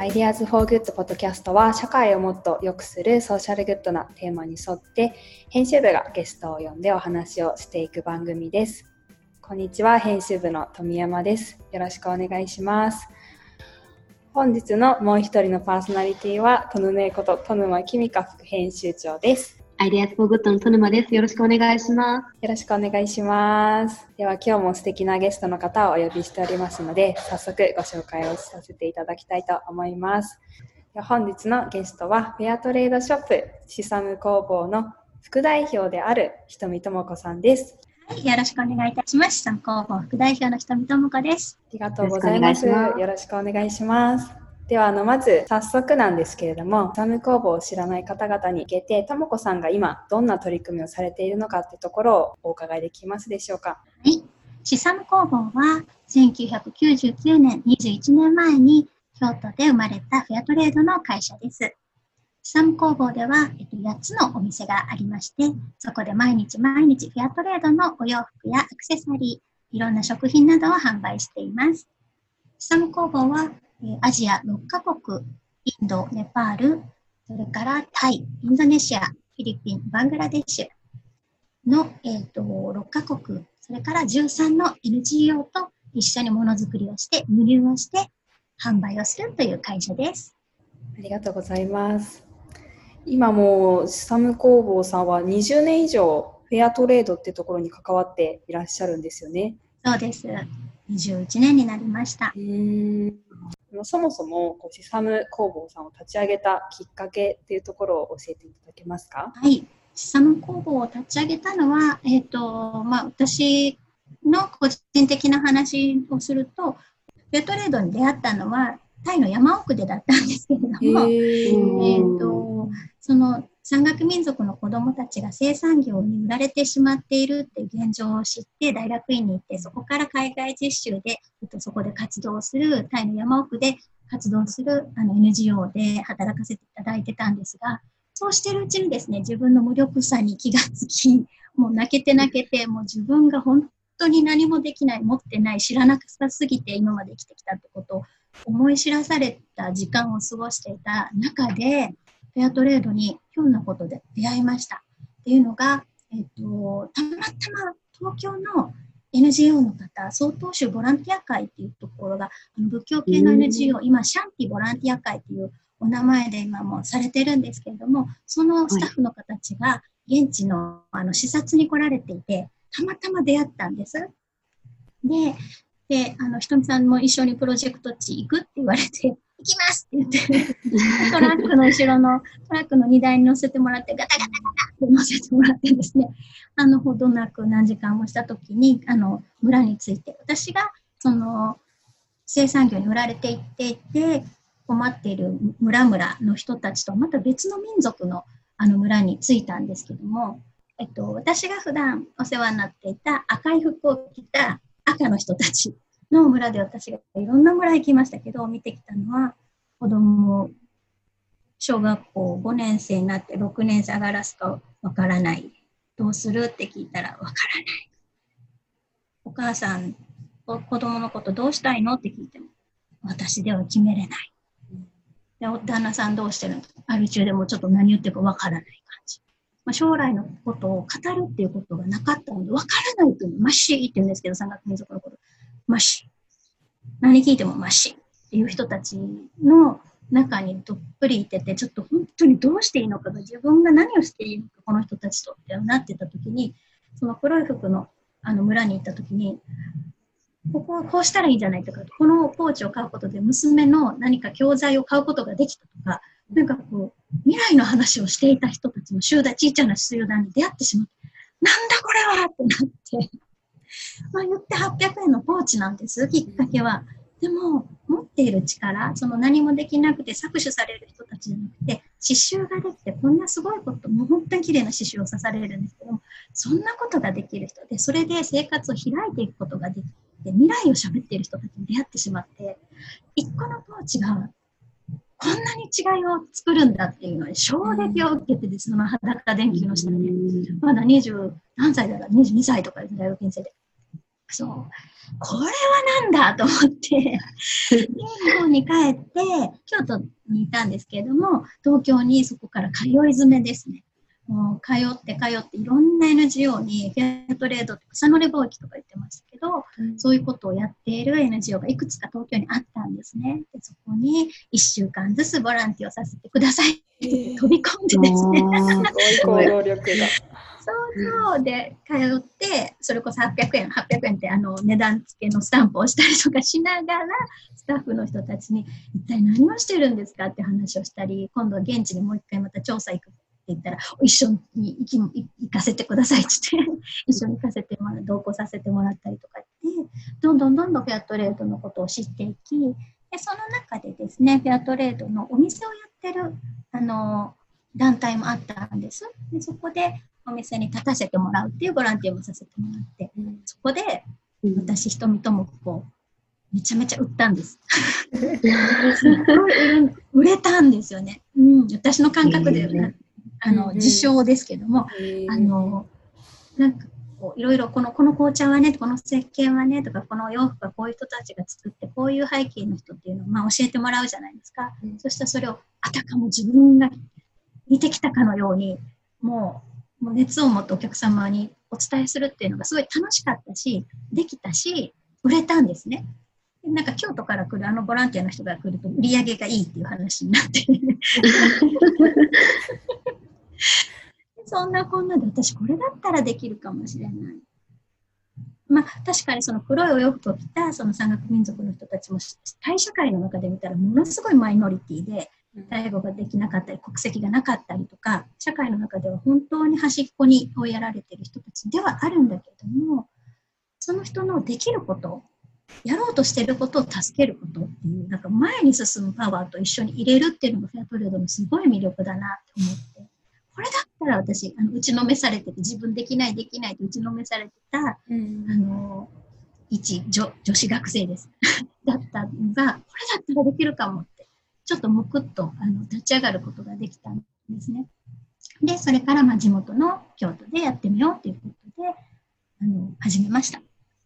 Ideas for Good ポッドキャストは社会をもっと良くするソーシャルグッドなテーマに沿って編集部がゲストを呼んでお話をしていく番組です。こんにちは、編集部の富山です。よろしくお願いします。本日のもう一人のパーソナリティはトヌネこと戸沼君香副編集長です。 Ideas for Good の戸沼です。よろしくお願いします。 よろしくお願いします。では今日も素敵なゲストの方をお呼びしておりますので、早速ご紹介をさせていただきたいと思います。では本日のゲストはフェアトレードショップシサム工房の副代表である人見智子さんです。 はい、よろしくお願いいたします。シサム工房副代表の人見智子です。 ありがとうございます。よろしくお願いします。ではまず早速なんですけれども、シサム工房を知らない方々に向けて、智子さんが今どんな取り組みをされているのかってところをお伺いできますでしょうか。 はい、シサム工房は1999年、21年前に京都で生まれたフェアトレードの会社です。シサム工房では、8つのお店がありまして、そこで毎日フェアトレードのお洋服やアクセサリー、いろんな食品などを販売しています。シサム工房はアジア6カ国、インド、ネパール、それからタイ、インドネシア、フィリピン、バングラデシュの、6カ国、それから13の NGO と一緒にものづくりをして、輸入をして販売をするという会社です。 ありがとうございます。今もシサム工房さんは20年以上フェアトレードってところに関わっていらっしゃるんですよね。 そうです。21年になりました。 そもそもシサム工房さんを立ち上げたきっかけっていうところを教えていただけますか？ はい。シサム工房を立ち上げたのは、私の個人的な話をすると、フェアトレードに出会ったのはタイの山奥でだったんですけれども、その山岳民族の子どもたちが生産業に売られてしまっているっていう現状を知って大学院に行って、そこから海外実習で、そこで活動する、タイの山奥で活動するNGO で働かせていただいてたんですが、そうしてるうちにですね、自分の無力さに気がつき、もう泣けて、もう自分が本当に何もできない、持ってない、知らなさすぎて今まで生きてきたってことを思い知らされた時間を過ごしていた中で、フェアトレードにひょんなことで出会いました。っていうのが、たまたま東京の NGO の方、曹洞宗ボランティア会っていうところが、仏教系の NGO、今、シャンティボランティア会っていうお名前で今もされてるんですけれども、そのスタッフの方たちが現地の視察に来られていて、たまたま出会ったんです。で、ひとみさんも一緒にプロジェクト地行くって言われて、行きますって言って、トラックの後ろの、トラックの荷台に乗せてもらって、ガタガタガタって乗せてもらってですね、ほどなく何時間もしたときに、村に着いて、私が、生産業に売られていっていて、困っている村々の人たちと、また別の民族の村に着いたんですけども、私が普段お世話になっていた赤い服を着た赤の人たちの村で、私がいろんな村行きましたけど、見てきたのは子供、小学校5年生になって6年生上がらすかわからない。どうするって聞いたらわからない。お母さん、子供のことどうしたいのって聞いても、私では決めれない。で、旦那さんどうしてるの？ある中でもちょっと何言ってるかわからない感じ。将来のことを語るっていうことがなかったので、わからないっていうの、マッシーって言うんですけど、山岳民族のこと。マッシー。何聞いてもマッシーっていう人たちの中にどっぷりいてて、ちょっと本当にどうしていいのかが、自分が何をしていいのか、この人たちとってなってた時に、その黒い服の村に行った時に、ここはこうしたらいいんじゃないとか、このポーチを買うことで娘の何か教材を買うことができたとか、なんかこう、未来の話をしていた人たちの集団、小さな集団に出会ってしまって、なんだこれはってなって、言って800円のポーチなんです、きっかけは。でも、持っている力、その何もできなくて搾取される人たちじゃなくて、刺繍ができて、こんなすごいこと、もう本当に綺麗な刺繍を刺されるんですけども、そんなことができる人で、それで生活を開いていくことができて、未来を喋っている人たちに出会ってしまって、一個のポーチが、こんなに違いを作るんだっていうのに衝撃を受けてです、その裸電球の下で、まだ20何歳だから22歳とかです、大学院生で。 そう。これはなんだと思って、日本に帰って、京都にいたんですけれども、東京にそこから通い詰めですね。もう通っていろんな NGO にフェアトレードとかサノレ貿易とか言ってましたけど、そういうことをやっている NGO がいくつか東京にあったんですね。でそこに1週間ずつボランティアをさせてくださいって飛び込んでですね。 すごい行動力が。 そうで通って、それこそ800円って値段付けのスタンプをしたりとかしながら、スタッフの人たちに一体何をしてるんですかって話をしたり、今度は現地にもう一回また調査行くって言ったら、一緒に行かせてくださいって言って一緒に行かせてもらう、同行させてもらったりとかって、どんどんフェアトレードのことを知っていき、でその中でですね、フェアトレードのお店をやってる団体もあったんです。でそこでお店に立たせてもらうっていうボランティアもさせてもらって、そこで私、瞳智子めちゃめちゃ売ったんです。すごい売れたんですよね。私の感覚で、自称ですけども、なんかこういろいろこの紅茶はね、この石鹸はねとか、このお洋服はこういう人たちが作って、こういう背景の人っていうのを教えてもらうじゃないですか。そしたらそれをあたかも自分が見てきたかのように、もう熱を持ってお客様にお伝えするっていうのがすごい楽しかったし、できたし、売れたんですね。なんか京都から来るボランティアの人が来ると売り上げがいいっていう話になってそんなこんなで私これだったらできるかもしれない。まあ確かにその黒いお洋服を着たその山岳民族の人たちもタイ社会の中で見たらものすごいマイノリティで、タイ語ができなかったり国籍がなかったりとか、社会の中では本当に端っこに追いやられている人たちではあるんだけれども、その人のできること、やろうとしていることを助けることっていう、なんか前に進むパワーと一緒に入れるっていうのがフェアトレードのすごい魅力だなって思って、これだったら私打ちのめされてて、自分できないって打ちのめされてた、一女子学生ですだったのが、これだったらできるかもってちょっとむくっと立ち上がることができたんですね。でそれから地元の京都でやってみようということで始めました。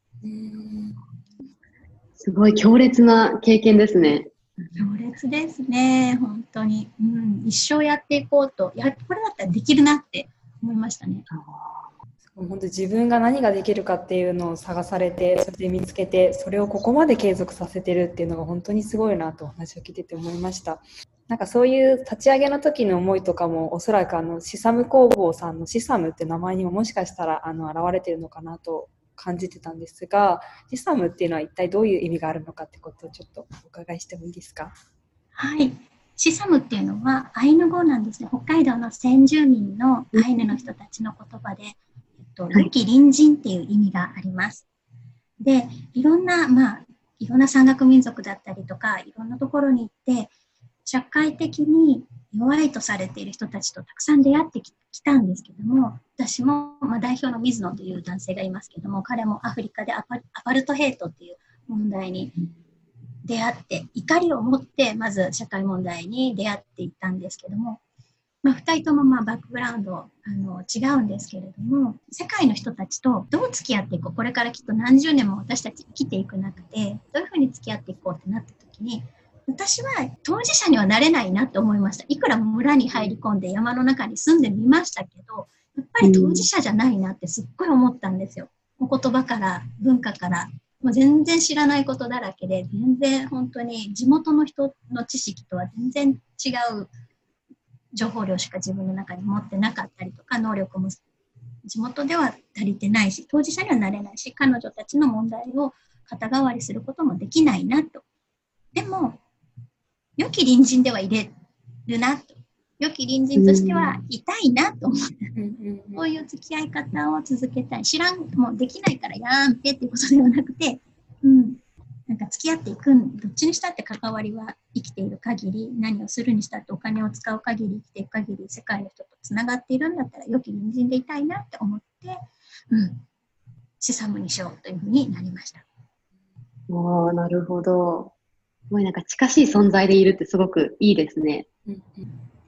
すごい強烈な経験ですね。 強烈ですね、本当に。一生やっていこうと、これだったらできるなって思いましたね。 本当自分が何ができるかっていうのを探されて、それで見つけて、それをここまで継続させてるっていうのが本当にすごいなとお話を聞いてて思いました。なんかそういう立ち上げの時の思いとかも、おそらくシサム工房さんのシサムって名前にももしかしたら現れてるのかなと感じてたんですが、シサムっていうのは一体どういう意味があるのかってことをちょっとお伺いしてもいいですか？ はい、シサムっていうのはアイヌ語なんですね。北海道の先住民のアイヌの人たちの言葉で、良き隣人っていう意味があります。で、いろんな山岳民族だったりとか、いろんなところに行って、社会的に弱いとされている人たちとたくさん出会ってきたんですけども、私も、代表の水野という男性がいますけども、彼もアフリカでアパルトヘイトっていう問題に出会って、怒りを持ってまず社会問題に出会っていったんですけども、2人ともバックグラウンド違うんですけれども、世界の人たちとどう付き合っていこう、これからきっと何十年も私たち生きていく中でどういうふうに付き合っていこうってなった時に、私は当事者にはなれないなって思いました。いくら村に入り込んで山の中に住んでみましたけど、やっぱり当事者じゃないなってすっごい思ったんですよ。お言葉から文化からもう全然知らないことだらけで、全然本当に地元の人の知識とは全然違う情報量しか自分の中に持ってなかったりとか、能力も地元では足りてないし、当事者にはなれないし、彼女たちの問題を肩代わりすることもできないなと。でも良き隣人ではいれるなと、良き隣人としてはいたいなと思って、こういう付き合い方を続けたい。もうできないからやんぺっていうことではなくて、なんか付き合っていくどっちにしたって関わりは生きている限り、何をするにしたってお金を使う限り、生きていく限り、世界の人とつながっているんだったら良き隣人でいたいなって思って、シサムにしようというふうになりました。 なるほど。すごいなんか近しい存在でいるってすごくいいですね。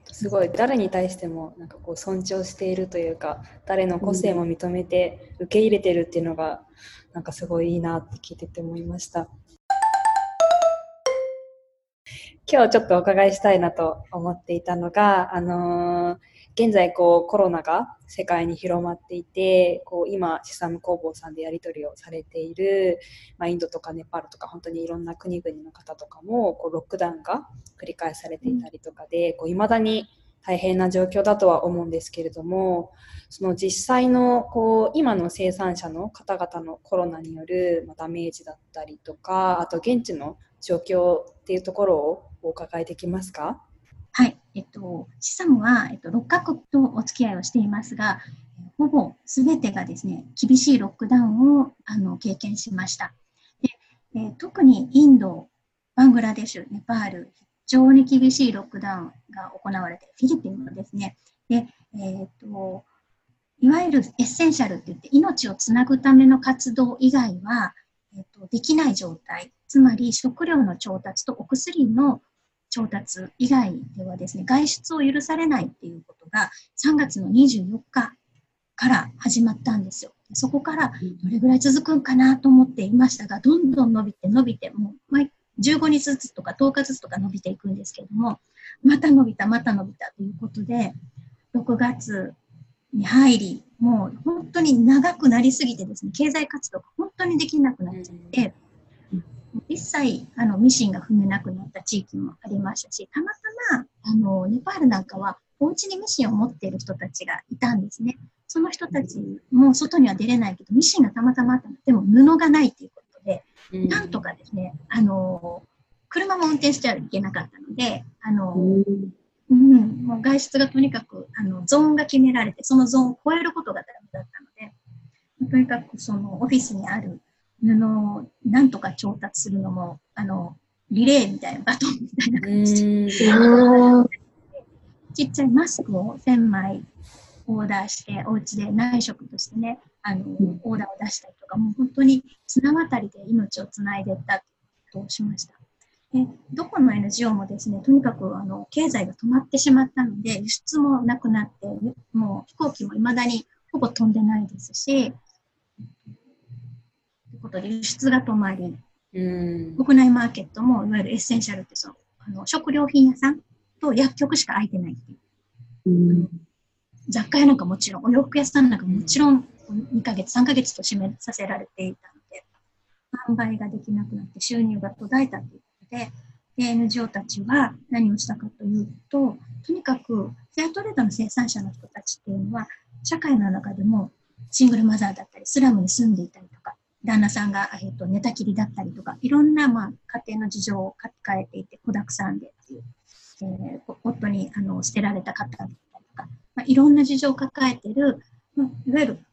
すごい誰に対してもなんかこう尊重しているというか、誰の個性も認めて受け入れてるっていうのがなんかすごいいいなって聞いてて思いました。今日ちょっとお伺いしたいなと思っていたのが、現在こうコロナが世界に広まっていて、こう今シサム工房さんでやり取りをされている、インドとかネパールとか本当にいろんな国々の方とかもこうロックダウンが繰り返されていたりとかで、こう未だに大変な状況だとは思うんですけれども、その実際のこう今の生産者の方々のコロナによるダメージだったりとか、あと現地の状況っていうところをお伺いできますか？ はい。シサムは、6カ国とお付き合いをしていますが、ほぼ全てがですね、厳しいロックダウンを経験しました。で、特にインド、バングラデシュ、ネパール、非常に厳しいロックダウンが行われて、フィリピンもですね、で、いわゆるエッセンシャルって言って、命をつなぐための活動以外は、できない状態、つまり食料の調達とお薬の調達以外ではですね、外出を許されないっていうことが3月の24日から始まったんですよ。そこからどれぐらい続くんかなと思っていましたが、どんどん伸びて、もう15日ずつとか10日ずつとか伸びていくんですけれども、また伸びたということで、6月に入り、もう本当に長くなりすぎてですね、経済活動が本当にできなくなっちゃって、一切ミシンが踏めなくなった地域もありましたし、たまたまネパールなんかはお家にミシンを持っている人たちがいたんですね。その人たちも外には出れないけど、ミシンがたまたまあったのでも布がないということで、なんとかですね、車も運転してはいけなかったので、もう外出がとにかくゾーンが決められて、そのゾーンを超えることがダメだったので、とにかくそのオフィスにある布をなんとか調達するのもリレーみたいな、バトンみたいな感じでちっちゃいマスクを1000枚オーダーしてお家で内職としてねオーダーを出したりとか、もう本当に綱渡りで命をつないでいったとしました。でどこの NGO もですね、とにかく経済が止まってしまったので輸出もなくなって、もう飛行機も未だにほぼ飛んでないですし、ということで輸出が止まり、国内マーケットもいわゆるエッセンシャルって食料品屋さんと薬局しか開いてないっていう、雑貨屋なんかもちろん、お洋服屋さんなんかもちろん2ヶ月3ヶ月と閉めさせられていたので、販売ができなくなって収入が途絶えたということで、NGO たちは何をしたかというと、とにかくフェアトレードの生産者の人たちっていうのは社会の中でもシングルマザーだったりスラムに住んでいたりとか、旦那さんが、寝たきりだったりとか、いろんな、家庭の事情を抱えていて、子だくさんでっていう、夫に捨てられた方だったりとか、いろんな事情を抱えている、いわゆる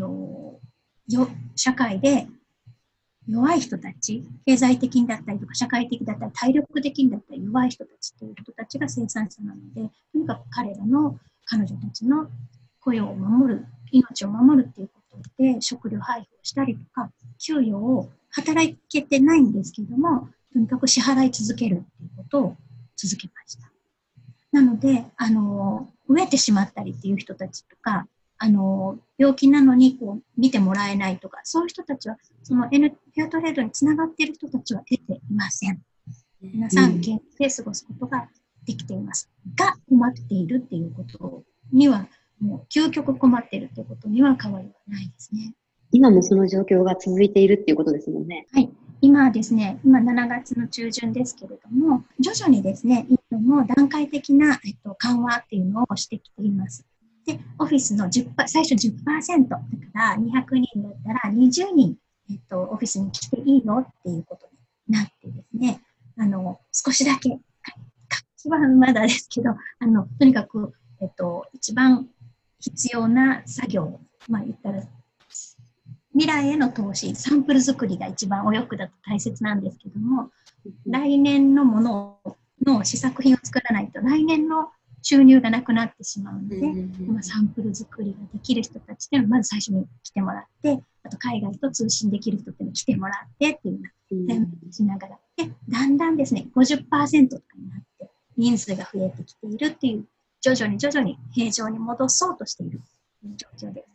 社会で弱い人たち、経済的だったりとか、社会的だったり、体力的だったり、弱い人たちという人たちが生産者なので、とにかく彼女たちの雇用を守る、命を守るっていうことで、食料配布をしたりとか、給与を働けてないんですけれども、とにかく支払い続けるっていうことを続けました。なので、飢えてしまったりっていう人たちとか、病気なのに見てもらえないとか、そういう人たちは、そのフェアトレードにつながっている人たちは得ていません。皆さん、元気で過ごすことができていますが、困っているっていうことには、もう究極困っているということには変わりはないですね。 今もその状況が続いているっていうことですもんね。 はい。今ですね、今7月の中旬ですけれども、徐々にですね、インドも段階的な、緩和っていうのをしてきています。で、オフィスの最初 10%、だから200人だったら20人、オフィスに来ていいよっていうことになってですね、少しだけ、活気はまだですけど、とにかく、一番必要な作業、言ったら、未来への投資、サンプル作りが一番お洋服だと大切なんですけども、来年のものの試作品を作らないと来年の収入がなくなってしまうので、サンプル作りができる人たちっていうのをまず最初に来てもらって、あと海外と通信できる人っていうのを来てもらってっていうのをしながら、でだんだんですね 50% とかになって人数が増えてきているっていう徐々に平常に戻そうとしている状況です。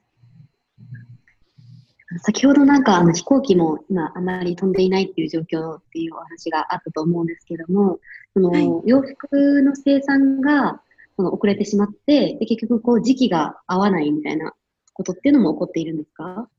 先ほどなんか飛行機も今あまり飛んでいないっていう状況っていうお話があったと思うんですけども、 はい、 洋服の生産が遅れてしまって、で結局こう時期が合わないみたいなことっていうのも起こっているんですか？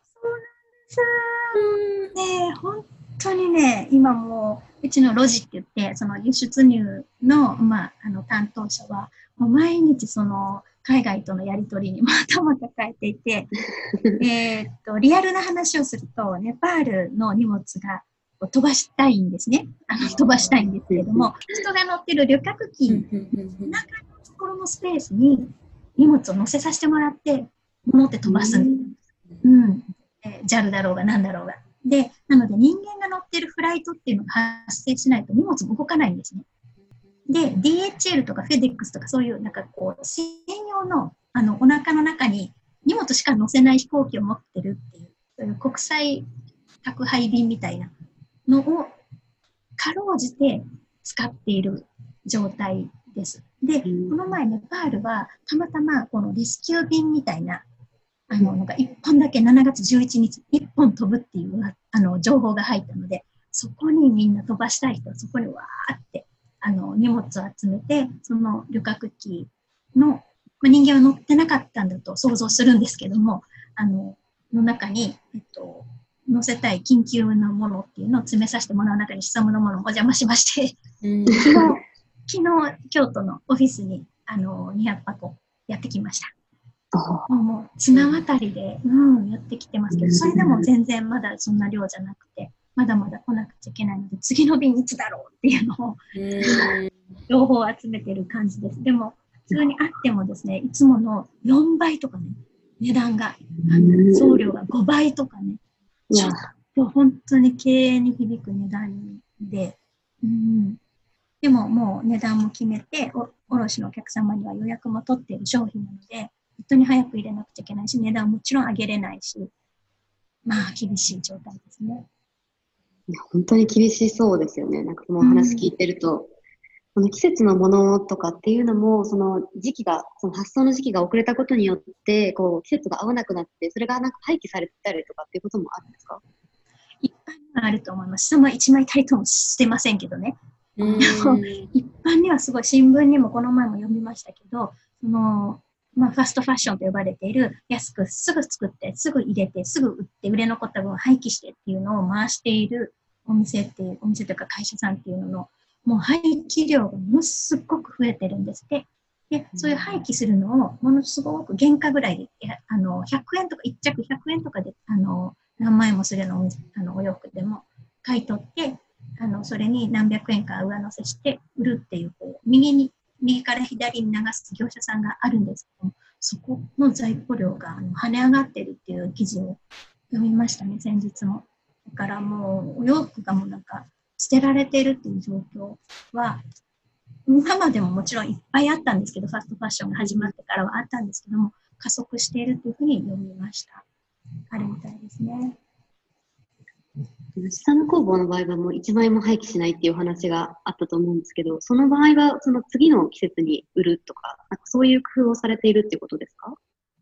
そうなんです。ね、本当にね、今もうちのロジって言って、その輸出入の、担当者は、もう毎日その海外とのやり取りにまた変えていて、リアルな話をすると、ネパールの荷物が飛ばしたいんですね。飛ばしたいんですけれども、人が乗ってる旅客機の中のところのスペースに荷物を乗せさせてもらって、持って飛ばすんです。JAL だろうが何だろうが。で、なので人間が乗ってるフライトっていうのが発生しないと荷物も動かないんですね。で、DHL とか FedEx とかそういうなんかこう専用のお腹の中に荷物しか乗せない飛行機を持ってるっていう、そういう国際宅配便みたいなのをかろうじて使っている状態です。で、この前ネパールはたまたまこのレスキュー便みたいななんか1本だけ7月11日、1本飛ぶっていう情報が入ったので、そこにみんな飛ばしたい人はそこにわーって荷物を集めて、その旅客機の、人間は乗ってなかったんだと想像するんですけども、の中に、載せたい緊急のものっていうのを詰めさせてもらう中に潜むのものをお邪魔しまして、昨日京都のオフィスに200箱やってきました。もう綱渡りで、やってきてますけど、それでも全然まだそんな量じゃなくて、まだまだ来なくちゃいけないので、次の便いつだろうっていうのを情報を集めてる感じです。でも普通にあってもですね、いつもの4倍とかね、値段が送料が5倍とかね、ちょっと本当に経営に響く値段で、でももう値段も決めて、卸のお客様には予約も取っている商品なので、本当に早く入れなくちゃいけないし、値段ももちろん上げれないし、厳しい状態ですね。 いや本当に厳しそうですよね。なんかその話聞いてると、この季節のものとかっていうのも、その発送の時期が遅れたことによって、季節が合わなくなって、それがなんか廃棄されたりとかっていうこともあるんですか？ 一般にはあると思います。一枚たりともしてませんけどね。一般にはすごい、新聞にもこの前も読みましたけど、ファストファッションと呼ばれている、安くすぐ作って、すぐ入れて、すぐ売って、売れ残った分を廃棄してっていうのを回しているお店というか会社さんっていうのの、もう廃棄量がものすごく増えてるんですって。で、そういう廃棄するのをものすごく原価ぐらいで、100円とか、1着100円とかで、何万円もするようなお洋服でも買い取って、それに何百円か上乗せして売るっていう、右から左に流す業者さんがあるんですけども、そこの在庫量が跳ね上がってるっていう記事を読みましたね、先日も。だからもうお洋服がもうなんか捨てられてるっていう状況は、今までももちろんいっぱいあったんですけど、ファストファッションが始まってからはあったんですけども、加速しているというふうに読みました。あるみたいですね。 下の工房の場合はもう1枚も廃棄しないっていう話があったと思うんですけど、その場合はその次の季節に売るとか、なんかそういう工夫をされているっていうことですか？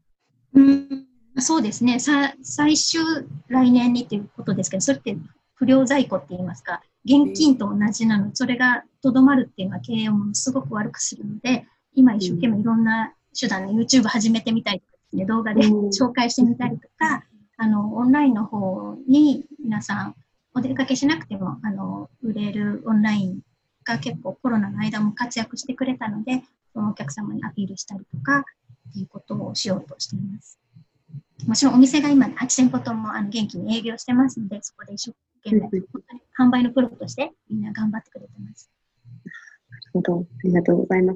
そうですね。最終来年にということですけど、それって不良在庫って言いますか、現金と同じなので、それがとどまるっていうのは経営をものすごく悪くするので、今一生懸命いろんな手段で YouTube 始めてみたりとかですね、動画で紹介してみたりとか、オンラインの方に皆さんお出かけしなくても売れるオンラインが結構コロナの間も活躍してくれたので、そのお客様にアピールしたりとかっていうことをしようとしています。もちろんお店が今8店舗とも元気に営業してますので、そこで一生懸命本当に販売のプロとしてみんな頑張ってくれてます。 なるほど、ありがとうございます。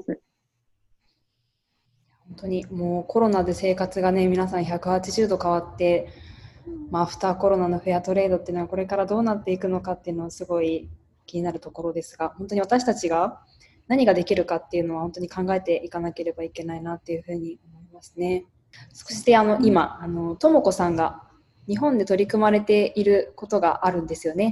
本当にもうコロナで生活がね、皆さん180度変わって、アフターコロナのフェアトレードっていうのはこれからどうなっていくのかっていうのはすごい気になるところですが、本当に私たちが何ができるかっていうのは本当に考えていかなければいけないなっていうふうに思いますね。そして今ともこさんが日本で取り組まれていることがあるんですよね。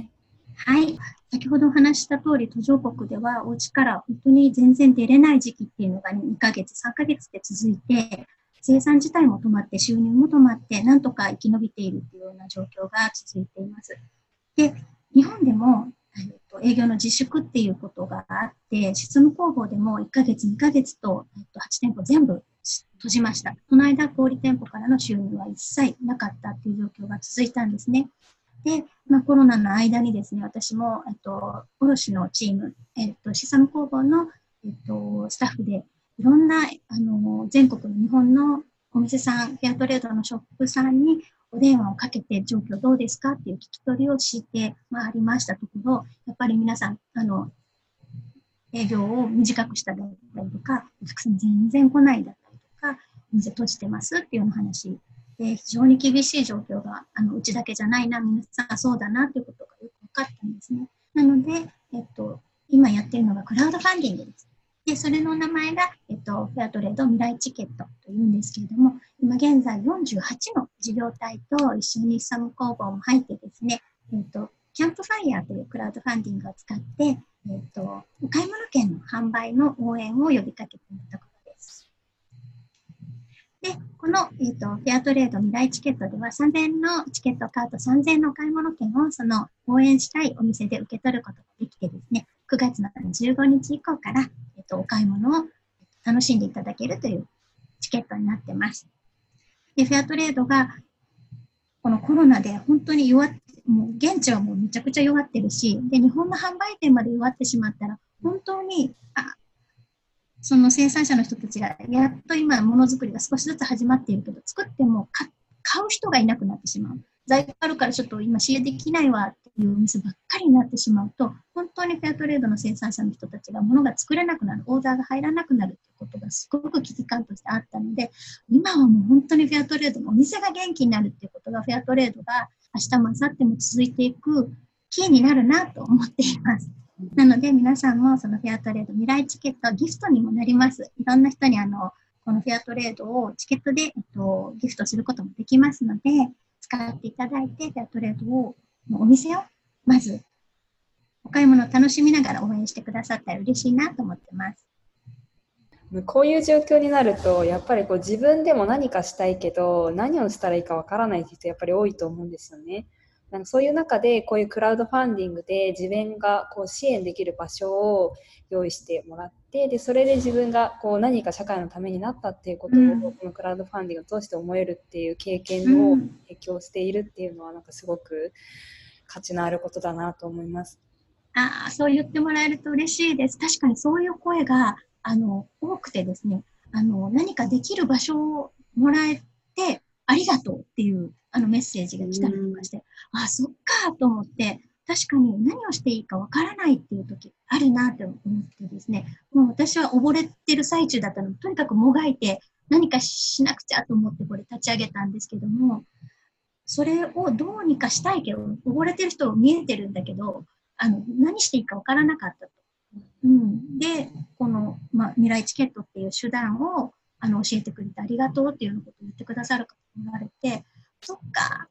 はい。先ほどお話しした通り、途上国ではお家から本当に全然出れない時期っていうのが2ヶ月、3ヶ月で続いて、生産自体も止まって、収入も止まって、なんとか生き延びているというような状況が続いています。で、日本でも、営業の自粛っていうことがあって、執務工房でも1ヶ月、2ヶ月と、8店舗全部閉じました。この間、小売店舗からの収入は一切なかったっていう状況が続いたんですね。で、コロナの間にですね、私も、卸のチーム、資産工房の、スタッフで、いろんな、全国の日本のお店さん、フェアトレードのショップさんにお電話をかけて、状況どうですかっていう聞き取りをして回りましたところ、やっぱり皆さん、営業を短くしただったりとか、お客さん全然来ないだったりとか、お店閉じてますっていうような話で、非常に厳しい状況が、うちだけじゃないな、皆さんそうだなということがよく分かったんですね。なので、今やっているのがクラウドファンディングです。で、それの名前が、フェアトレード未来チケットというんですけれども、今現在48の事業体と一緒にサム工房も入ってですね、キャンプファイヤーというクラウドファンディングを使って、お買い物券の販売の応援を呼びかけているところです。で、この、フェアトレード未来チケットでは3000円のチケットを買うと3000円のお買い物券をその応援したいお店で受け取ることができてですね、9月の15日以降から、お買い物を楽しんでいただけるというチケットになってます。で、フェアトレードがこのコロナで本当に弱って、もう現地はもうめちゃくちゃ弱ってるし、で、日本の販売店まで弱ってしまったら、本当に、その生産者の人たちが、やっと今、ものづくりが少しずつ始まっているけど、作っても買う人がいなくなってしまう。在庫あるからちょっと今仕入れできないわっていうお店ばっかりになってしまうと、本当にフェアトレードの生産者の人たちが物が作れなくなる、オーダーが入らなくなるっていうことがすごく危機感としてあったので、今はもう本当にフェアトレードのお店が元気になるっていうことが、フェアトレードが明日も明後日も続いていくキーになるなと思っています。なので皆さんもそのフェアトレード未来チケットはギフトにもなります。いろんな人にこのフェアトレードをチケットで、ギフトすることもできますので、使っていただいて、フェアトレードを、お店をまずお買い物を楽しみながら応援してくださったら嬉しいなと思ってます。 こういう状況になると、やっぱりこう自分でも何かしたいけど、何をしたらいいかわからない人やっぱり多いと思うんですよね。なんかそういう中で、こういうクラウドファンディングで自分がこう支援できる場所を用意してもらって、でそれで自分がこう何か社会のためになったっていうことを、このクラウドファンディングを通して思えるっていう経験を提供しているっていうのは、なんかすごく価値のあることだなと思います。 そう言ってもらえると嬉しいです。確かにそういう声が多くてですね、何かできる場所をもらえてありがとうっていうメッセージが来たりとかして、そっかと思って、確かに何をしていいかわからないっていう時あるなって思ってですね、もう私は溺れてる最中だったので、とにかくもがいて何かしなくちゃと思ってこれ立ち上げたんですけども、それをどうにかしたいけど、溺れてる人を見えてるんだけど、何していいかわからなかったと。で、この、未来チケットっていう手段を教えてくれてありがとうっていうようなことを言ってくださる方がおられて、そっか、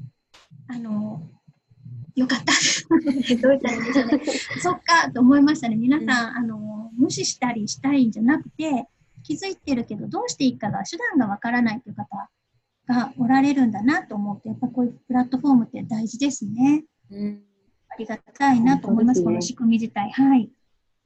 よかった。どう言ったらいいんでしょうね。そっかと思いましたね。皆さん、無視したりしたいんじゃなくて、気づいてるけど、どうしていいかが、手段がわからないという方がおられるんだなと思って、やっぱこういうプラットフォームって大事ですね。ありがたいなと思います、この仕組み自体。はい。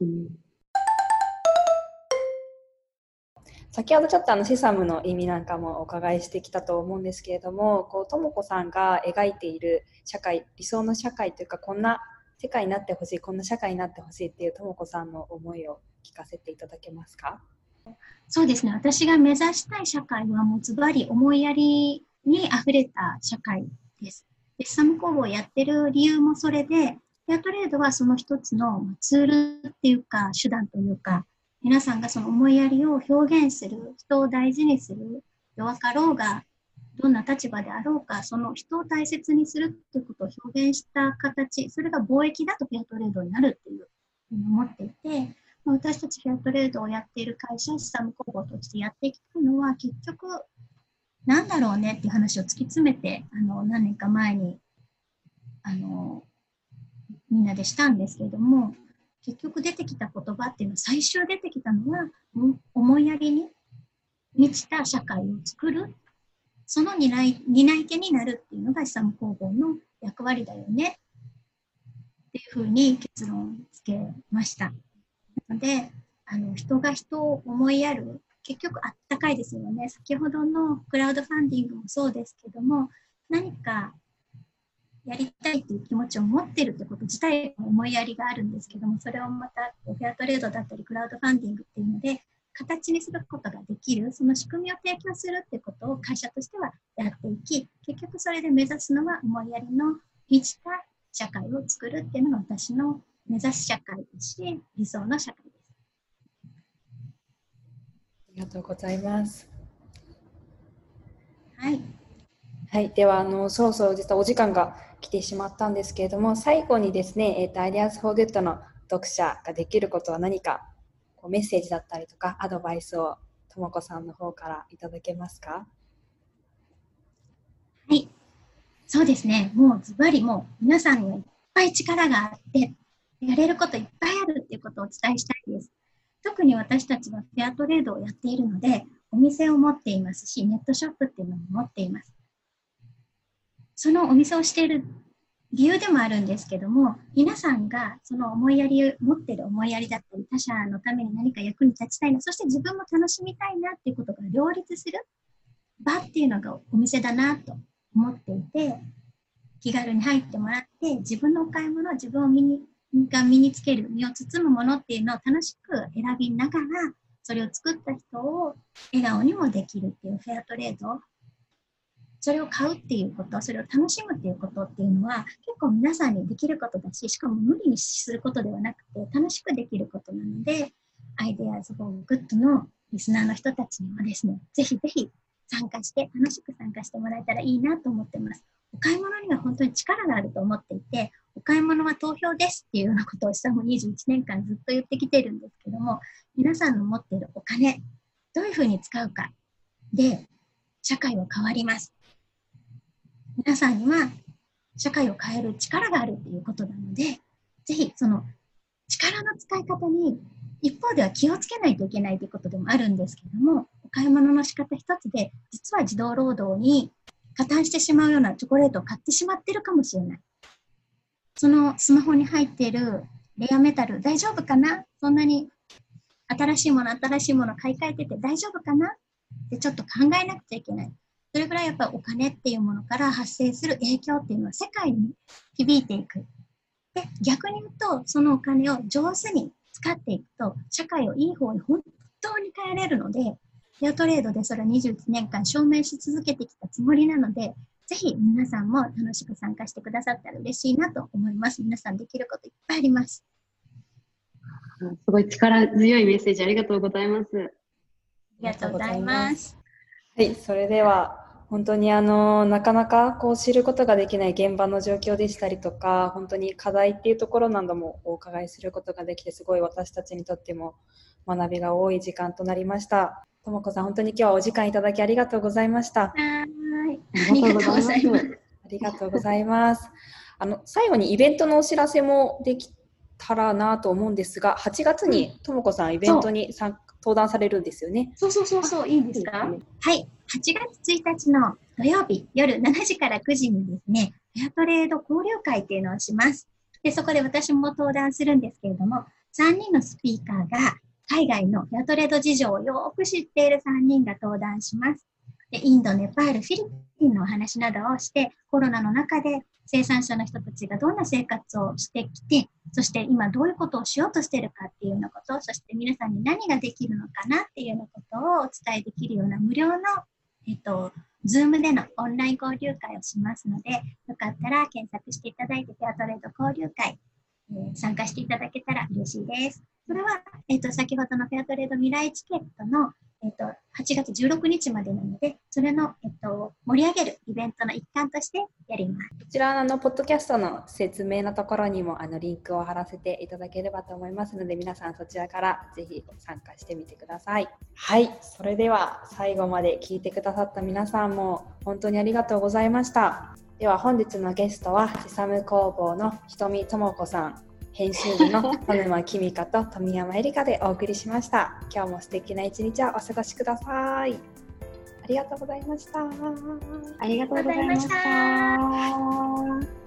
先ほどちょっとシサムの意味なんかもお伺いしてきたと思うんですけれども、こうともこさんが描いている社会、理想の社会というか、こんな世界になってほしい、こんな社会になってほしいっていうともこさんの思いを聞かせていただけますか？ そうですね。私が目指したい社会はもうズバリ思いやりに溢れた社会です。で、資産工房をやってる理由もそれで、フェアトレードはその一つのツールっていうか手段というか、皆さんがその思いやりを表現する、人を大事にする、弱かろうが、どんな立場であろうか、その人を大切にするっていうことを表現した形、それが貿易だとフェアトレードになるっていうふうに思っていて、私たちフェアトレードをやっている会社、資産工房としてやっていきたいのは、結局、なんだろうねっていう話を突き詰めて、何年か前に、 みんなでしたんですけれども、結局出てきた言葉っていうのは、最終出てきたのは、思いやりに満ちた社会を作る、その担い手になるっていうのが資産工房の役割だよねっていうふうに結論つけました。なので、人が人を思いやる、結局あったかいですよね。先ほどのクラウドファンディングもそうですけども、何かやりたいという気持ちを持っているということ自体の思いやりがあるんですけども、それをまたフェアトレードだったりクラウドファンディングっていうので形にすることができる、その仕組みを提供するっていうことを会社としてはやっていき、結局それで目指すのは思いやりの満ちた社会を作るっていうのが私の目指す社会ですし、理想の社会です。 ありがとうございます。 はい。 はい、ではそろそろ実はお時間が来てしまったんですけれども、最後にですね、アイデアスフォーグッドの読者ができることは何かメッセージだったりとかアドバイスをともこさんの方からいただけますか？ はい、そうですね。もうズバリ、もう皆さんにはいっぱい力があってやれることいっぱいあるっていうことをお伝えしたいです。特に私たちはフェアトレードをやっているので、お店を持っていますし、ネットショップっていうのも持っています。そのお店をしている理由でもあるんですけども、皆さんがその思いやり、持っている思いやりだったり、他者のために何か役に立ちたいな、そして自分も楽しみたいなっていうことが両立する場っていうのがお店だなと思っていて、気軽に入ってもらって、自分のお買い物、自分を身につける、身を包むものっていうのを楽しく選びながら、それを作った人を笑顔にもできるっていうフェアトレード、それを買うっていうこと、それを楽しむっていうことっていうのは結構皆さんにできることだし、しかも無理にすることではなくて楽しくできることなので、アイデアズフォーグッドのリスナーの人たちにはですね、ぜひぜひ参加して、楽しく参加してもらえたらいいなと思ってます。お買い物には本当に力があると思っていて、お買い物は投票ですっていうようなことを下も21年間ずっと言ってきてるんですけども、皆さんの持っているお金、どういうふうに使うかで社会は変わります。皆さんには社会を変える力があるということなので、ぜひその力の使い方に一方では気をつけないといけないということでもあるんですけども、お買い物の仕方一つで実は児童労働に加担してしまうようなチョコレートを買ってしまっているかもしれない。そのスマホに入っているレアメタル大丈夫かな、そんなに新しいもの買い替えてて大丈夫かなってちょっと考えなくちゃいけない。それぐらいやっぱりお金っていうものから発生する影響っていうのは世界に響いていく。で、逆に言うと、そのお金を上手に使っていくと、社会をいい方に本当に変えれるので、フェアトレードでそれを21年間証明し続けてきたつもりなので、ぜひ皆さんも楽しく参加してくださったら嬉しいなと思います。皆さんできることいっぱいあります。 すごい力強いメッセージありがとうございます。 ありがとうございます。 はい、それでは本当になかなか知ることができない現場の状況でしたりとか、本当に課題っていうところなどもお伺いすることができて、すごい私たちにとっても学びが多い時間となりました。ともこさん、本当に今日はお時間いただきありがとうございました。 はい、ありがとうございます。 ありがとうございます。最後にイベントのお知らせもできたらなと思うんですが、8月にともこさんイベントに登壇されるんですよね。 そう、いいですか？はい、8月1日の土曜日夜7時から9時にですね、フェアトレード交流会っていうのをします。で、そこで私も登壇するんですけれども、3人のスピーカーが海外のフェアトレード事情をよく知っている3人が登壇します。で、インド、ネパール、フィリピンのお話などをして、コロナの中で生産者の人たちがどんな生活をしてきて、そして今どういうことをしようとしているかっていうようなこと、そして皆さんに何ができるのかなっていうようなことをお伝えできるような無料の、Zoom でのオンライン交流会をしますので、よかったら検索していただいて、フェアトレード交流会、参加していただけたら嬉しいです。それは、先ほどのフェアトレード未来チケットの8月16日までなので、それの、盛り上げるイベントの一環としてやります。 こちらポッドキャストの説明のところにもリンクを貼らせていただければと思いますので、皆さんそちらからぜひ参加してみてください。はい、それでは最後まで聞いてくださった皆さんも本当にありがとうございました。 では本日のゲストはセサム工房の瞳智子さん、編集部の戸沼きみかと富山えりかでお送りしました。今日も素敵な一日をお過ごしください。ありがとうございました。 ありがとうございました。